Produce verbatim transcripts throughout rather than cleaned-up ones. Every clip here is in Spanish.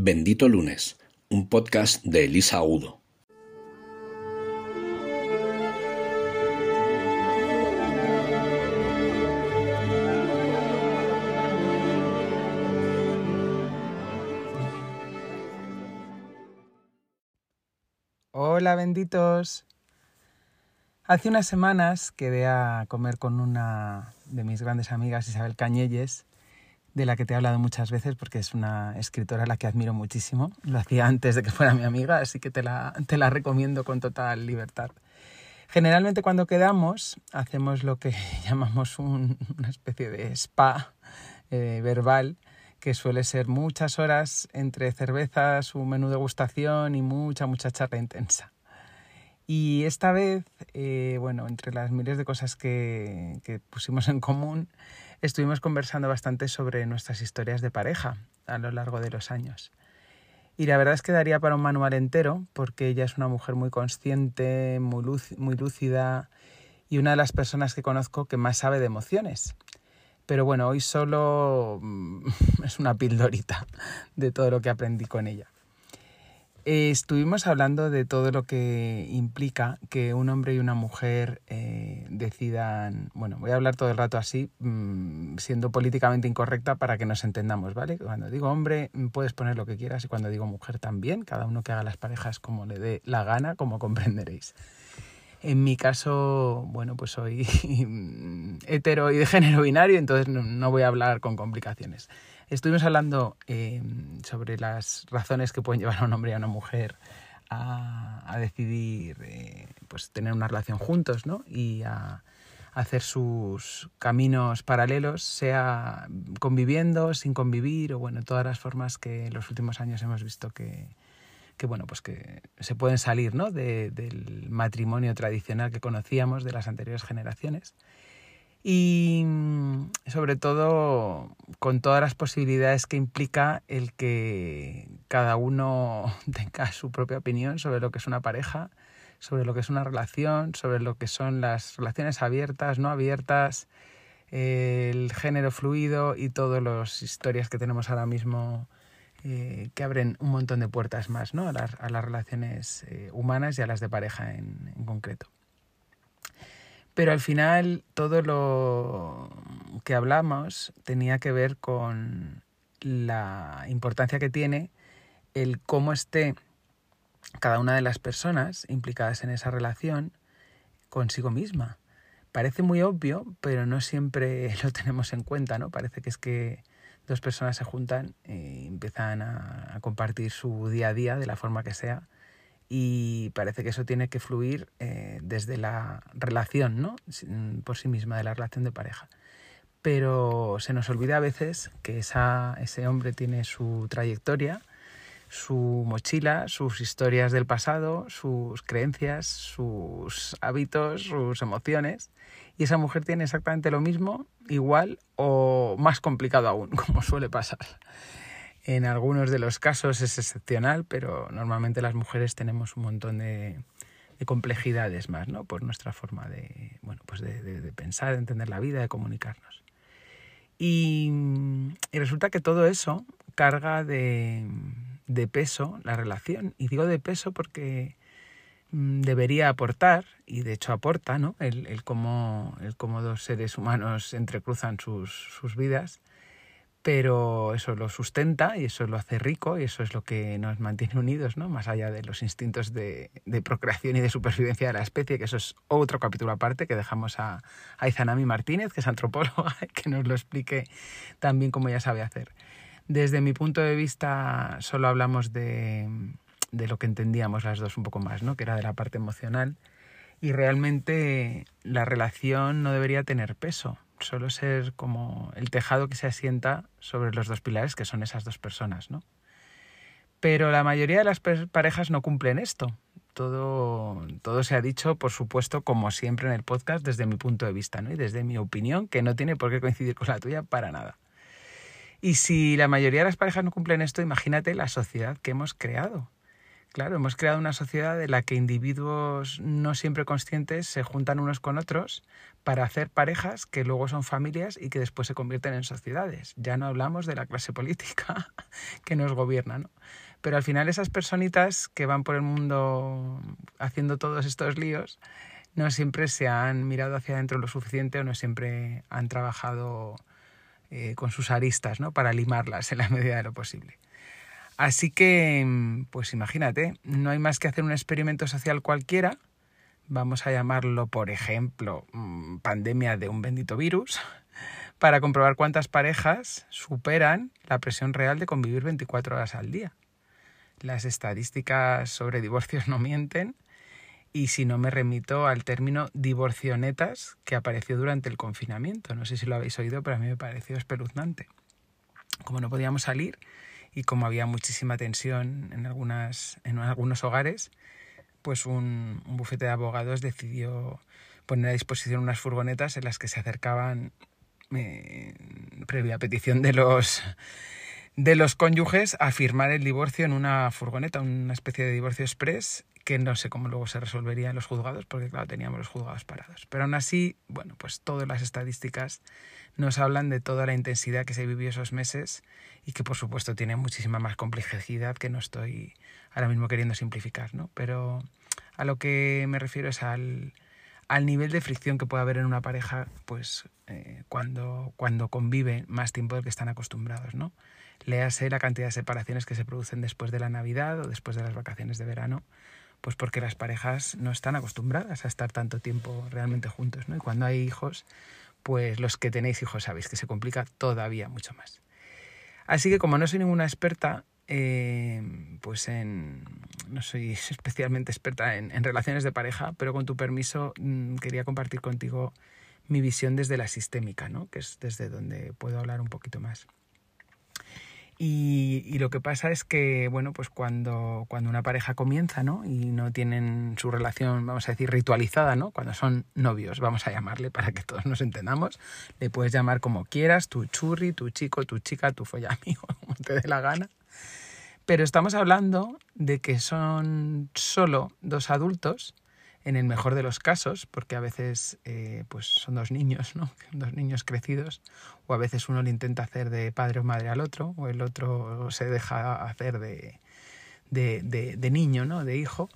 Bendito lunes, un podcast de Elisa Agudo. Hola, benditos. Hace unas semanas quedé a comer con una de mis grandes amigas, Isabel Cañelles, de la que te he hablado muchas veces porque es una escritora a la que admiro muchísimo. Lo hacía antes de que fuera mi amiga, así que te la, te la recomiendo con total libertad. Generalmente cuando quedamos hacemos lo que llamamos un, una especie de spa eh, verbal, que suele ser muchas horas entre cervezas, un menú degustación y mucha, mucha charla intensa. Y esta vez, eh, bueno, entre las miles de cosas que, que pusimos en común, estuvimos conversando bastante sobre nuestras historias de pareja a lo largo de los años. Y la verdad es que daría para un manual entero, porque ella es una mujer muy consciente, muy, lúcida, muy lúcida y una de las personas que conozco que más sabe de emociones. Pero bueno, hoy solo es una pildorita de todo lo que aprendí con ella. Eh, estuvimos hablando de todo lo que implica que un hombre y una mujer eh, decidan... Bueno, voy a hablar todo el rato así, mmm, siendo políticamente incorrecta para que nos entendamos, ¿vale? Cuando digo hombre puedes poner lo que quieras y cuando digo mujer también, cada uno que haga las parejas como le dé la gana, como comprenderéis. En mi caso, bueno, pues soy hetero y de género binario, entonces no, no voy a hablar con complicaciones. Estuvimos hablando eh, sobre las razones que pueden llevar a un hombre y a una mujer a, a decidir eh, pues tener una relación juntos, ¿no? Y a, a hacer sus caminos paralelos, sea conviviendo, sin convivir, o bueno, todas las formas que en los últimos años hemos visto que, que bueno, pues que se pueden salir, ¿no? de, del matrimonio tradicional que conocíamos de las anteriores generaciones. Y sobre todo con todas las posibilidades que implica el que cada uno tenga su propia opinión sobre lo que es una pareja, sobre lo que es una relación, sobre lo que son las relaciones abiertas, no abiertas, el género fluido y todas las historias que tenemos ahora mismo eh, que abren un montón de puertas más, ¿no? a, las, a las relaciones eh, humanas y a las de pareja en, en concreto. Pero al final todo lo que hablamos tenía que ver con la importancia que tiene el cómo esté cada una de las personas implicadas en esa relación consigo misma. Parece muy obvio, pero no siempre lo tenemos en cuenta, ¿no? Parece que es que dos personas se juntan y empiezan a, a compartir su día a día de la forma que sea. Y parece que eso tiene que fluir eh, desde la relación, ¿no? Por sí misma, de la relación de pareja. Pero se nos olvida a veces que esa, ese hombre tiene su trayectoria, su mochila, sus historias del pasado, sus creencias, sus hábitos, sus emociones. Y esa mujer tiene exactamente lo mismo, igual o más complicado aún, como suele pasar. En algunos de los casos es excepcional, pero normalmente las mujeres tenemos un montón de, de complejidades más, ¿no? Por nuestra forma de, bueno, pues de, de, de pensar, de entender la vida, de comunicarnos. Y, y resulta que todo eso carga de, de peso la relación. Y digo de peso porque mmm, debería aportar, y de hecho aporta, ¿no? El, el, cómo, el cómo dos seres humanos entrecruzan sus, sus vidas. Pero eso lo sustenta y eso lo hace rico y eso es lo que nos mantiene unidos, ¿no? Más allá de los instintos de, de procreación y de supervivencia de la especie, que eso es otro capítulo aparte que dejamos a, a Izanami Martínez, que es antropóloga, que nos lo explique tan bien como ella sabe hacer. Desde mi punto de vista solo hablamos de, de lo que entendíamos las dos un poco más, ¿no? Que era de la parte emocional, y realmente la relación no debería tener peso. Solo ser como el tejado que se asienta sobre los dos pilares que son esas dos personas, ¿no? Pero la mayoría de las parejas no cumplen esto. Todo, todo se ha dicho, por supuesto, como siempre en el podcast, desde mi punto de vista, ¿no? Y desde mi opinión, que no tiene por qué coincidir con la tuya para nada. Y si la mayoría de las parejas no cumplen esto, imagínate la sociedad que hemos creado. claro, hemos creado una sociedad en la que individuos no siempre conscientes se juntan unos con otros para hacer parejas que luego son familias y que después se convierten en sociedades. Ya no hablamos de la clase política que nos gobierna, ¿no? Pero al final esas personitas que van por el mundo haciendo todos estos líos no siempre se han mirado hacia adentro lo suficiente o no siempre han trabajado eh, con sus aristas, ¿no? Para limarlas en la medida de lo posible. Así que, pues imagínate, no hay más que hacer un experimento social cualquiera, vamos a llamarlo, por ejemplo, pandemia de un bendito virus, para comprobar cuántas parejas superan la presión real de convivir veinticuatro horas al día. Las estadísticas sobre divorcios no mienten, y si no me remito al término divorcionetas que apareció durante el confinamiento. No sé si lo habéis oído, pero a mí me pareció espeluznante. Como no podíamos salir y como había muchísima tensión en, algunas, en algunos hogares, pues un, un bufete de abogados decidió poner a disposición unas furgonetas en las que se acercaban, eh, previa petición de los, de los cónyuges, a firmar el divorcio en una furgoneta, una especie de divorcio express, que no sé cómo luego se resolvería en los juzgados, porque claro, teníamos los juzgados parados. Pero aún así, bueno, pues todas las estadísticas nos hablan de toda la intensidad que se vivió esos meses y que por supuesto tiene muchísima más complejidad que no estoy ahora mismo queriendo simplificar, ¿no? Pero a lo que me refiero es al, al nivel de fricción que puede haber en una pareja, pues eh, cuando, cuando convive más tiempo del que están acostumbrados, ¿no? Léase la cantidad de separaciones que se producen después de la Navidad o después de las vacaciones de verano, pues porque las parejas no están acostumbradas a estar tanto tiempo realmente juntos, ¿no? Y cuando hay hijos, pues los que tenéis hijos sabéis que se complica todavía mucho más. Así que como no soy ninguna experta, eh, pues en, no soy especialmente experta en, en relaciones de pareja, pero con tu permiso mmm, quería compartir contigo mi visión desde la sistémica, ¿no? Que es desde donde puedo hablar un poquito más. Y, y lo que pasa es que, bueno, pues cuando, cuando una pareja comienza, ¿no? Y no tienen su relación, vamos a decir, ritualizada, ¿no? Cuando son novios, vamos a llamarle para que todos nos entendamos. Le puedes llamar como quieras, tu churri, tu chico, tu chica, tu follamigo, como te dé la gana. Pero estamos hablando de que son solo dos adultos, en el mejor de los casos, porque a veces eh, pues son dos niños, ¿no? Dos niños crecidos, o a veces uno le intenta hacer de padre o madre al otro, o el otro se deja hacer de, de, de, de niño, ¿no? De hijo.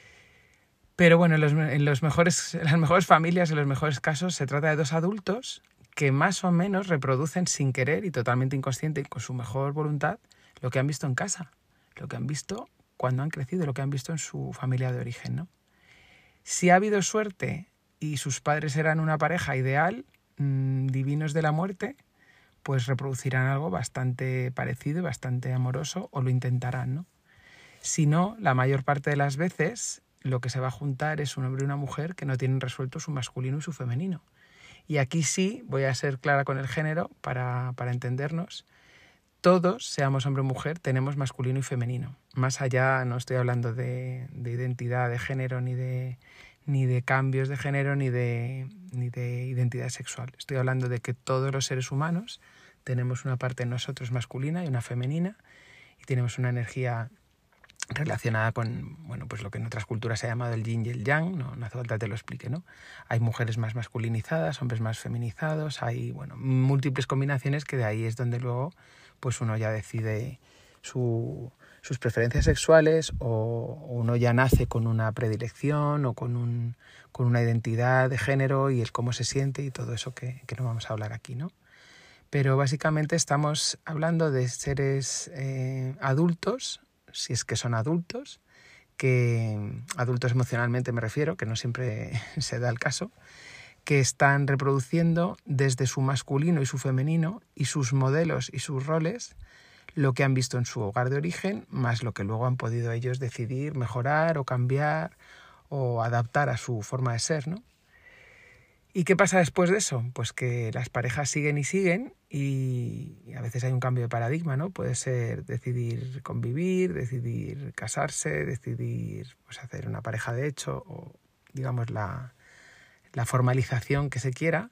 Pero bueno, en, los, en, los mejores, en las mejores familias, en los mejores casos, se trata de dos adultos que más o menos reproducen sin querer y totalmente inconsciente y con su mejor voluntad lo que han visto en casa, lo que han visto cuando han crecido, lo que han visto en su familia de origen, ¿no? Si ha habido suerte y sus padres eran una pareja ideal, mmm, divinos de la muerte, pues reproducirán algo bastante parecido y bastante amoroso, o lo intentarán, ¿no? Si no, la mayor parte de las veces lo que se va a juntar es un hombre y una mujer que no tienen resuelto su masculino y su femenino. Y aquí sí voy a ser clara con el género para, para entendernos. Todos, seamos hombre o mujer, tenemos masculino y femenino. Más allá, no estoy hablando de, de identidad de género, ni de, ni de cambios de género, ni de, ni de identidad sexual. Estoy hablando de que todos los seres humanos tenemos una parte en nosotros masculina y una femenina, y tenemos una energía relacionada con, bueno, pues lo que en otras culturas se ha llamado el yin y el yang, no, no hace falta que te lo explique, ¿no? Hay mujeres más masculinizadas, hombres más feminizados, hay, bueno, múltiples combinaciones que de ahí es donde luego pues uno ya decide su, sus preferencias sexuales, o uno ya nace con una predilección o con, un, con una identidad de género y el cómo se siente y todo eso que, que no vamos a hablar aquí, ¿no? Pero básicamente estamos hablando de seres eh, adultos, si es que son adultos, que adultos emocionalmente me refiero, que no siempre se da el caso, que están reproduciendo desde su masculino y su femenino y sus modelos y sus roles lo que han visto en su hogar de origen, más lo que luego han podido ellos decidir mejorar o cambiar o adaptar a su forma de ser, ¿no? ¿Y qué pasa después de eso? Pues que las parejas siguen y siguen y a veces hay un cambio de paradigma, ¿no? Puede ser decidir convivir, decidir casarse, decidir pues, hacer una pareja de hecho o, digamos, la, la formalización que se quiera.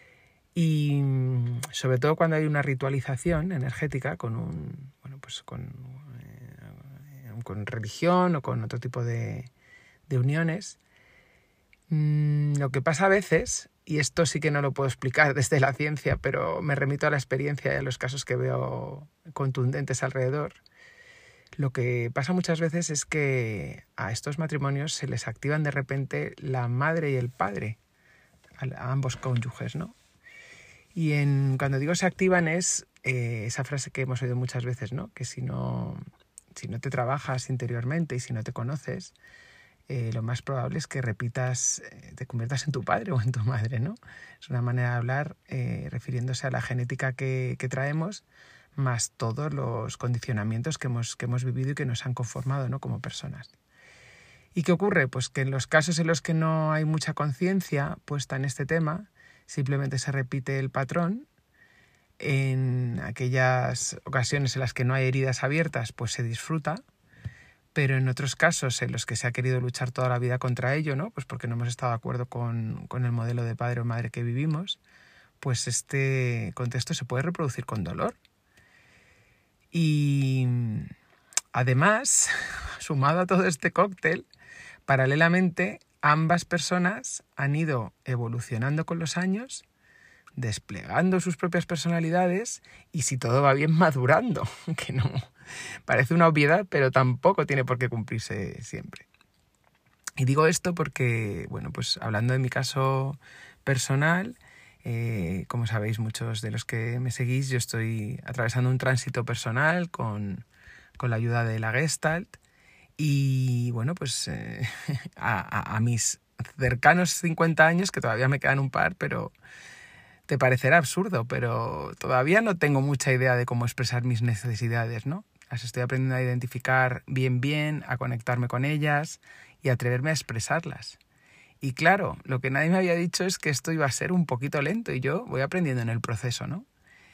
Y sobre todo cuando hay una ritualización energética con un, bueno, pues con con religión o con otro tipo de, de uniones. Mm, lo que pasa a veces, y esto sí que no lo puedo explicar desde la ciencia, pero me remito a la experiencia y a los casos que veo contundentes alrededor, lo que pasa muchas veces es que a estos matrimonios se les activan de repente la madre y el padre, a ambos cónyuges, ¿no? Y en, cuando digo se activan es eh, esa frase que hemos oído muchas veces, ¿no? Que si no, si no te trabajas interiormente y si no te conoces, eh, lo más probable es que repitas, eh, te conviertas en tu padre o en tu madre, ¿no? Es una manera de hablar eh, refiriéndose a la genética que, que traemos, más todos los condicionamientos que hemos, que hemos vivido y que nos han conformado, ¿no? Como personas. ¿Y qué ocurre? Pues que en los casos en los que no hay mucha conciencia puesta en este tema, simplemente se repite el patrón. En aquellas ocasiones en las que no hay heridas abiertas, pues se disfruta, pero en otros casos en los que se ha querido luchar toda la vida contra ello, ¿no? Pues porque no hemos estado de acuerdo con, con el modelo de padre o madre que vivimos, pues este contexto se puede reproducir con dolor. Y además, sumado a todo este cóctel, paralelamente ambas personas han ido evolucionando con los años, desplegando sus propias personalidades y, si todo va bien, madurando, que no parece una obviedad, pero tampoco tiene por qué cumplirse siempre. Y digo esto porque, bueno, pues hablando de mi caso personal, eh, como sabéis muchos de los que me seguís, yo estoy atravesando un tránsito personal con, con la ayuda de la Gestalt y, bueno, pues eh, a, a, a mis cercanos cincuenta años, que todavía me quedan un par, pero te parecerá absurdo, pero todavía no tengo mucha idea de cómo expresar mis necesidades, ¿no? Las estoy aprendiendo a identificar bien bien, a conectarme con ellas y a atreverme a expresarlas. Y claro, lo que nadie me había dicho es que esto iba a ser un poquito lento y yo voy aprendiendo en el proceso, ¿no?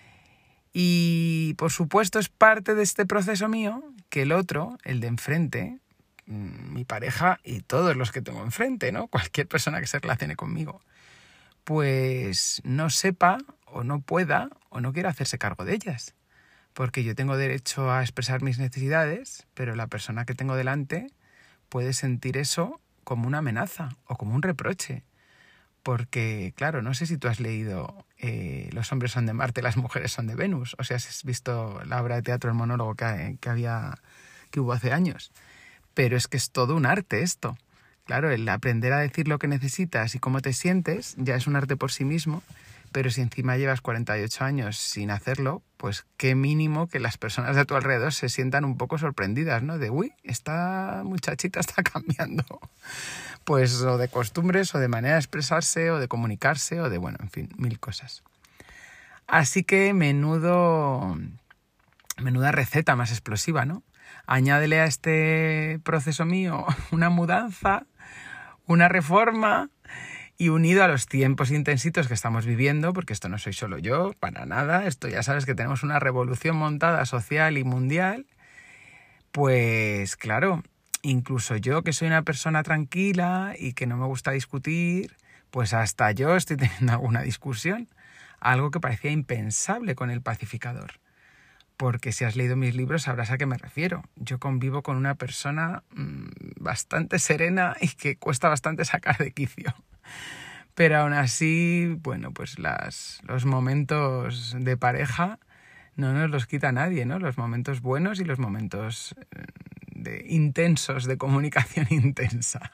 Y por supuesto es parte de este proceso mío que el otro, el de enfrente, mi pareja y todos los que tengo enfrente, ¿no? Cualquier persona que se relacione conmigo, pues no sepa o no pueda o no quiera hacerse cargo de ellas. Porque yo tengo derecho a expresar mis necesidades, pero la persona que tengo delante puede sentir eso como una amenaza o como un reproche. Porque, claro, no sé si tú has leído eh, Los hombres son de Marte, las mujeres son de Venus, o si has visto la obra de teatro, el monólogo que, que, había, que hubo hace años. Pero es que es todo un arte esto. Claro, el aprender a decir lo que necesitas y cómo te sientes ya es un arte por sí mismo, pero si encima llevas cuarenta y ocho años sin hacerlo, pues qué mínimo que las personas de tu alrededor se sientan un poco sorprendidas, ¿no? De, uy, esta muchachita está cambiando. Pues o de costumbres, o de manera de expresarse, o de comunicarse, o de, bueno, en fin, mil cosas. Así que menudo, menuda receta más explosiva, ¿no? Añádele a este proceso mío una mudanza, una reforma y unido a los tiempos intensitos que estamos viviendo, porque esto no soy solo yo, para nada, esto ya sabes que tenemos una revolución montada social y mundial, pues claro, incluso yo que soy una persona tranquila y que no me gusta discutir, pues hasta yo estoy teniendo alguna discusión, algo que parecía impensable con el pacificador. Porque si has leído mis libros sabrás a qué me refiero. Yo convivo con una persona mmm, bastante serena y que cuesta bastante sacar de quicio. Pero aún así, bueno, pues las, los momentos de pareja no nos los quita nadie, ¿no? Los momentos buenos y los momentos de, intensos, de comunicación intensa.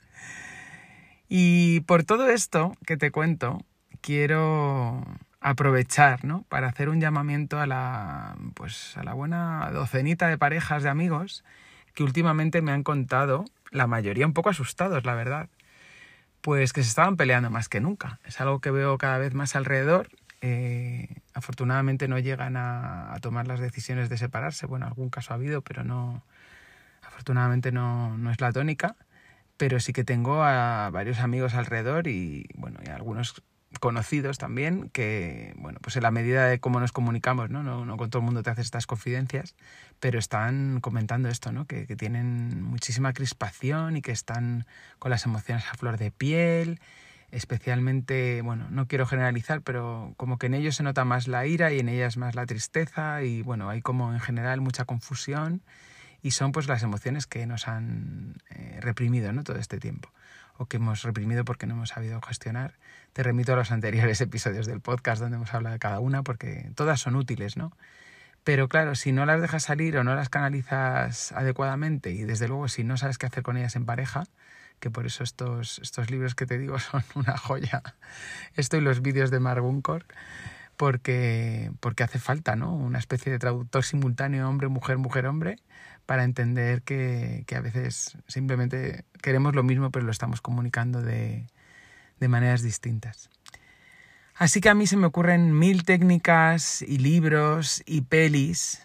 Y por todo esto que te cuento, quiero aprovechar, ¿no? Para hacer un llamamiento a la, pues, a la buena docenita de parejas, de amigos, que últimamente me han contado, la mayoría un poco asustados, la verdad, pues que se estaban peleando más que nunca. Es algo que veo cada vez más alrededor. Eh, afortunadamente no llegan a, a tomar las decisiones de separarse. Bueno, algún caso ha habido, pero no, afortunadamente no, no es la tónica. Pero sí que tengo a varios amigos alrededor y, bueno, y algunos conocidos también que, bueno, pues en la medida de cómo nos comunicamos, ¿no? No, no con todo el mundo te haces estas confidencias, pero están comentando esto, ¿no? Que, que tienen muchísima crispación y que están con las emociones a flor de piel, especialmente, bueno, no quiero generalizar, pero como que en ellos se nota más la ira y en ellas más la tristeza y, bueno, hay como en general mucha confusión y son pues las emociones que nos han eh, reprimido, ¿no? Todo este tiempo, o que hemos reprimido porque no hemos sabido gestionar. Te remito a los anteriores episodios del podcast donde hemos hablado de cada una, porque todas son útiles, ¿no? Pero claro, si no las dejas salir o no las canalizas adecuadamente, y desde luego si no sabes qué hacer con ellas en pareja, que por eso estos, estos libros que te digo son una joya, esto y los vídeos de Mark Guncork, porque, porque hace falta, ¿no? Una especie de traductor simultáneo hombre, mujer, mujer, hombre, para entender que, que a veces simplemente queremos lo mismo pero lo estamos comunicando de, de maneras distintas. Así que a mí se me ocurren mil técnicas y libros y pelis,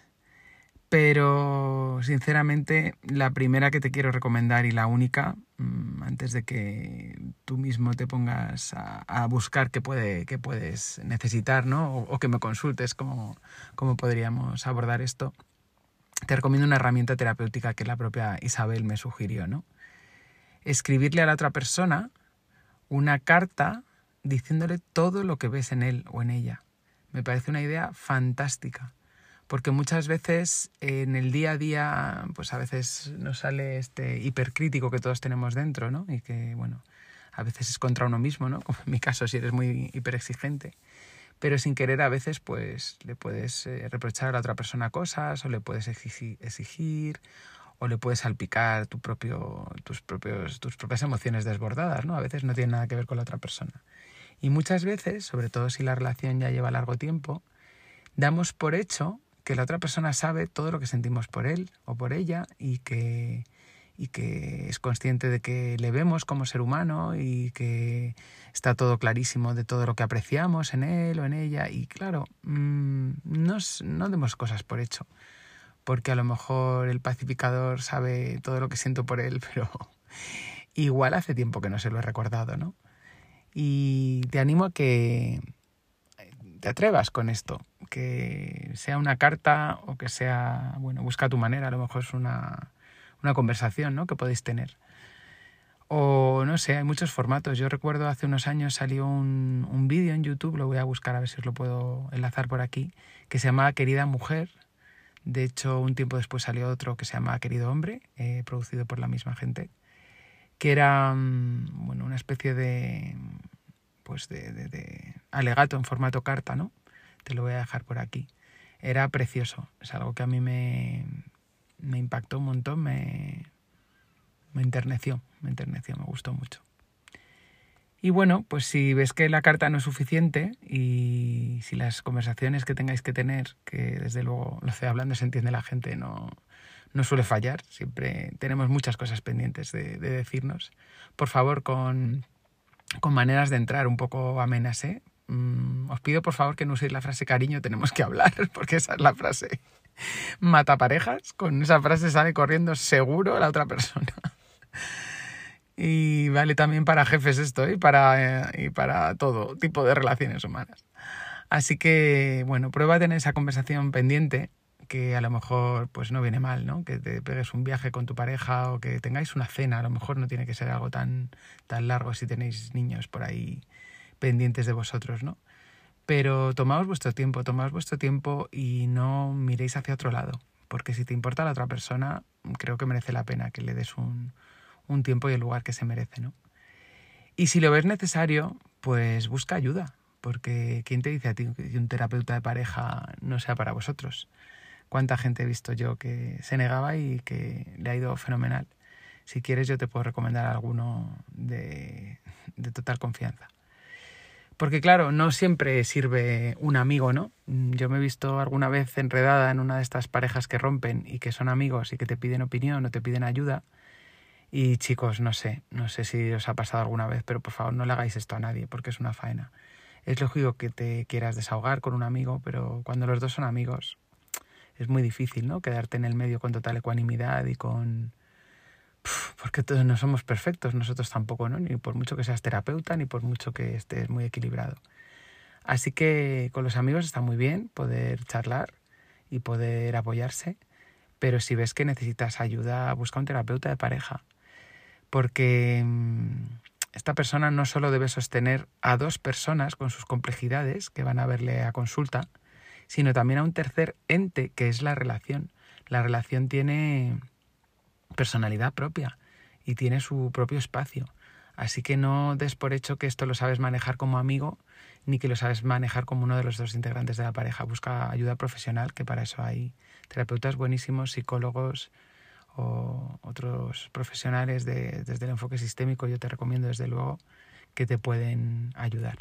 pero sinceramente la primera que te quiero recomendar y la única, antes de que tú mismo te pongas a, a buscar qué, puede, qué puedes necesitar, ¿no? o, o que me consultes cómo, cómo podríamos abordar esto, te recomiendo una herramienta terapéutica que la propia Isabel me sugirió, ¿no? Escribirle a la otra persona una carta diciéndole todo lo que ves en él o en ella. Me parece una idea fantástica, porque muchas veces en el día a día, pues a veces nos sale este hipercrítico que todos tenemos dentro, ¿no? Y que, bueno, a veces es contra uno mismo, ¿no? Como en mi caso, si eres muy hiperexigente. Pero sin querer a veces pues le puedes eh, reprochar a la otra persona cosas, o le puedes exigir, exigir o le puedes salpicar tu propio, tus, propios, tus propias emociones desbordadas, ¿no? A veces no tiene nada que ver con la otra persona. Y muchas veces, sobre todo si la relación ya lleva largo tiempo, damos por hecho que la otra persona sabe todo lo que sentimos por él o por ella y que, y que es consciente de que le vemos como ser humano y que está todo clarísimo de todo lo que apreciamos en él o en ella. Y claro, mmm, no, no demos cosas por hecho, porque a lo mejor el pacificador sabe todo lo que siento por él, pero igual hace tiempo que no se lo he recordado, ¿no? Y te animo a que te atrevas con esto, que sea una carta o que sea, bueno, busca tu manera, a lo mejor es una, una conversación, ¿no? que podéis tener. O no sé, hay muchos formatos. Yo recuerdo hace unos años salió un, un vídeo en YouTube, lo voy a buscar a ver si os lo puedo enlazar por aquí, que se llamaba Querida Mujer. De hecho, un tiempo después salió otro que se llama Querido Hombre, eh, producido por la misma gente, que era bueno, una especie de, pues de, de, de alegato en formato carta, ¿no? Te lo voy a dejar por aquí. Era precioso, es algo que a mí me, me impactó un montón, me, me enterneció, me enterneció, me gustó mucho. Y bueno, pues si ves que la carta no es suficiente y si las conversaciones que tengáis que tener, que desde luego, lo sé, hablando se entiende la gente, no... no suele fallar, siempre tenemos muchas cosas pendientes de, de decirnos. Por favor, con, con maneras de entrar un poco amenas, ¿eh? Mm, os pido por favor que no uséis la frase cariño, tenemos que hablar, porque esa es la frase mata parejas. Con esa frase sale corriendo seguro la otra persona. Y vale también para jefes esto, ¿eh? y, para, eh, y para todo tipo de relaciones humanas. Así que, bueno, prueba a tener esa conversación pendiente, que a lo mejor pues no viene mal, ¿no? Que te pegues un viaje con tu pareja o que tengáis una cena, a lo mejor no tiene que ser algo tan, tan largo si tenéis niños por ahí pendientes de vosotros, ¿no? Pero tomaos vuestro tiempo, tomaos vuestro tiempo y no miréis hacia otro lado, porque si te importa la otra persona, creo que merece la pena que le des un, un tiempo y el lugar que se merece, ¿no? Y si lo ves necesario, pues busca ayuda, porque ¿quién te dice a ti que un terapeuta de pareja no sea para vosotros? ¿Cuánta gente he visto yo que se negaba y que le ha ido fenomenal? Si quieres yo te puedo recomendar alguno de, de total confianza. Porque claro, no siempre sirve un amigo, ¿no? Yo me he visto alguna vez enredada en una de estas parejas que rompen y que son amigos y que te piden opinión o te piden ayuda. Y chicos, no sé, no sé si os ha pasado alguna vez, pero por favor no le hagáis esto a nadie porque es una faena. Es lógico que te quieras desahogar con un amigo, pero cuando los dos son amigos es muy difícil, ¿no? Quedarte en el medio con total ecuanimidad y con... Porque todos no somos perfectos, nosotros tampoco, ¿no? Ni por mucho que seas terapeuta, ni por mucho que estés muy equilibrado. Así que con los amigos está muy bien poder charlar y poder apoyarse, pero si ves que necesitas ayuda, busca un terapeuta de pareja, porque esta persona no solo debe sostener a dos personas con sus complejidades que van a verle a consulta, sino también a un tercer ente que es la relación. La relación tiene personalidad propia y tiene su propio espacio. Así que no des por hecho que esto lo sabes manejar como amigo ni que lo sabes manejar como uno de los dos integrantes de la pareja. Busca ayuda profesional, que para eso hay terapeutas buenísimos, psicólogos o otros profesionales de, desde el enfoque sistémico. Yo te recomiendo desde luego que te pueden ayudar.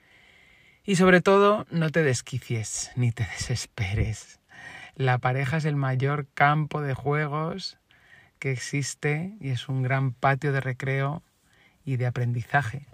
Y sobre todo, no te desquicies ni te desesperes. La pareja es el mayor campo de juegos que existe y es un gran patio de recreo y de aprendizaje,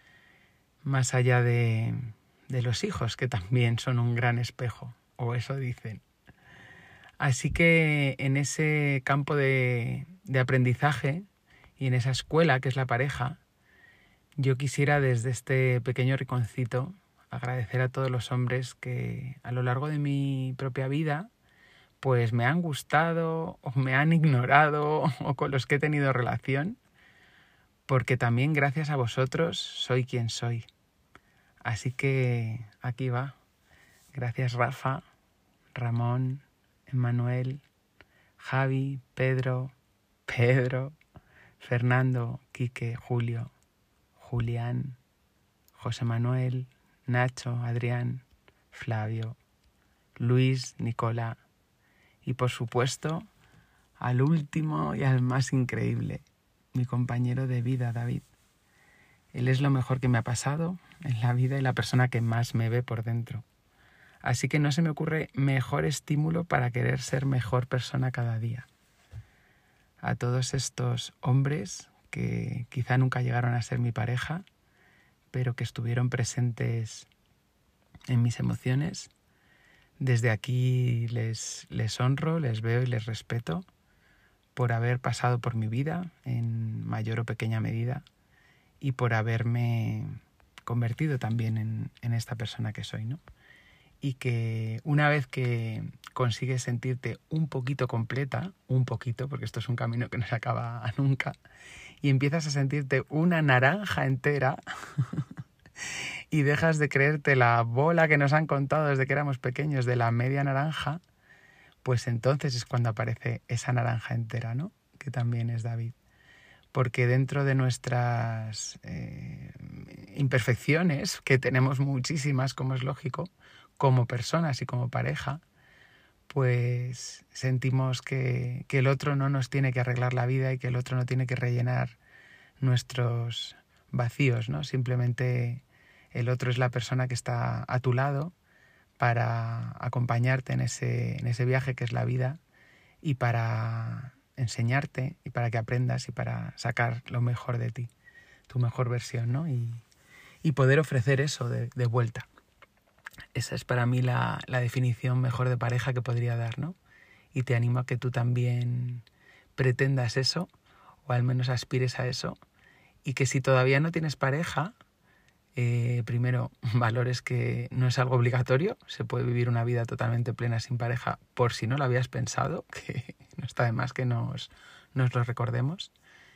más allá de, de los hijos, que también son un gran espejo, o eso dicen. Así que en ese campo de, de aprendizaje y en esa escuela que es la pareja, yo quisiera desde este pequeño rinconcito agradecer a todos los hombres que a lo largo de mi propia vida pues me han gustado o me han ignorado o con los que he tenido relación, porque también gracias a vosotros soy quien soy. Así que aquí va. Gracias Rafa, Ramón, Emmanuel, Javi, Pedro, Pedro, Fernando, Quique, Julio, Julián, José Manuel, Nacho, Adrián, Flavio, Luis, Nicola y por supuesto al último y al más increíble, mi compañero de vida, David. Él es lo mejor que me ha pasado en la vida y la persona que más me ve por dentro. Así que no se me ocurre mejor estímulo para querer ser mejor persona cada día. A todos estos hombres que quizá nunca llegaron a ser mi pareja, pero que estuvieron presentes en mis emociones, desde aquí les, les honro, les veo y les respeto por haber pasado por mi vida en mayor o pequeña medida y por haberme convertido también en, en esta persona que soy, ¿no? Y que una vez que consigues sentirte un poquito completa, un poquito, porque esto es un camino que no se acaba nunca, y empiezas a sentirte una naranja entera y dejas de creerte la bola que nos han contado desde que éramos pequeños de la media naranja, pues entonces es cuando aparece esa naranja entera, ¿no? Que también es David. Porque dentro de nuestras eh, imperfecciones, que tenemos muchísimas, como es lógico, como personas y como pareja, pues sentimos que, que el otro no nos tiene que arreglar la vida y que el otro no tiene que rellenar nuestros vacíos, ¿no? Simplemente el otro es la persona que está a tu lado para acompañarte en ese, en ese viaje que es la vida y para enseñarte y para que aprendas y para sacar lo mejor de ti, tu mejor versión, ¿no? Y, y poder ofrecer eso de, de vuelta. Esa es para mí la, la definición mejor de pareja que podría dar, ¿no? Y te animo a que tú también pretendas eso, o al menos aspires a eso, y que si todavía no tienes pareja, eh, primero valores que no es algo obligatorio, se puede vivir una vida totalmente plena sin pareja, por si no lo habías pensado, que no está de más que nos, nos lo recordemos,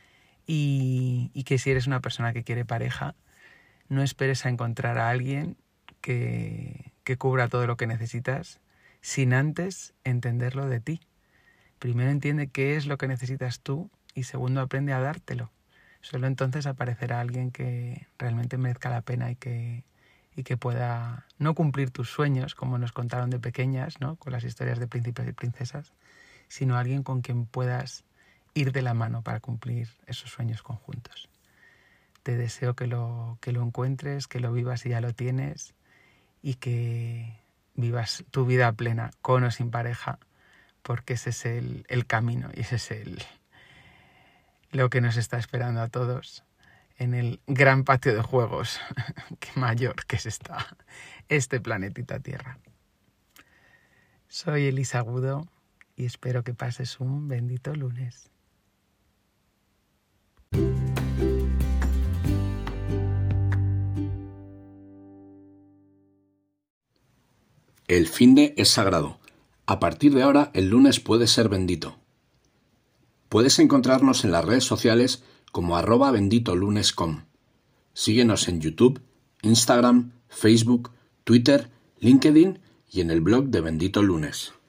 y, y que si eres una persona que quiere pareja, no esperes a encontrar a alguien que, que cubra todo lo que necesitas sin antes entenderlo de ti. Primero entiende qué es lo que necesitas tú y segundo aprende a dártelo. Solo entonces aparecerá alguien que realmente merezca la pena y que, y que pueda no cumplir tus sueños, como nos contaron de pequeñas, ¿no? Con las historias de príncipes y princesas, sino alguien con quien puedas ir de la mano para cumplir esos sueños conjuntos. Te deseo que lo, que lo encuentres, que lo vivas si ya lo tienes y que vivas tu vida plena, con o sin pareja, porque ese es el, el camino y ese es el, lo que nos está esperando a todos en el gran patio de juegos que mayor que es esta, este planetita Tierra. Soy Elisa Agudo y espero que pases un bendito lunes. El finde es sagrado. A partir de ahora, el lunes puede ser bendito. Puedes encontrarnos en las redes sociales como arroba benditolunes punto com. Síguenos en YouTube, Instagram, Facebook, Twitter, LinkedIn y en el blog de Bendito Lunes.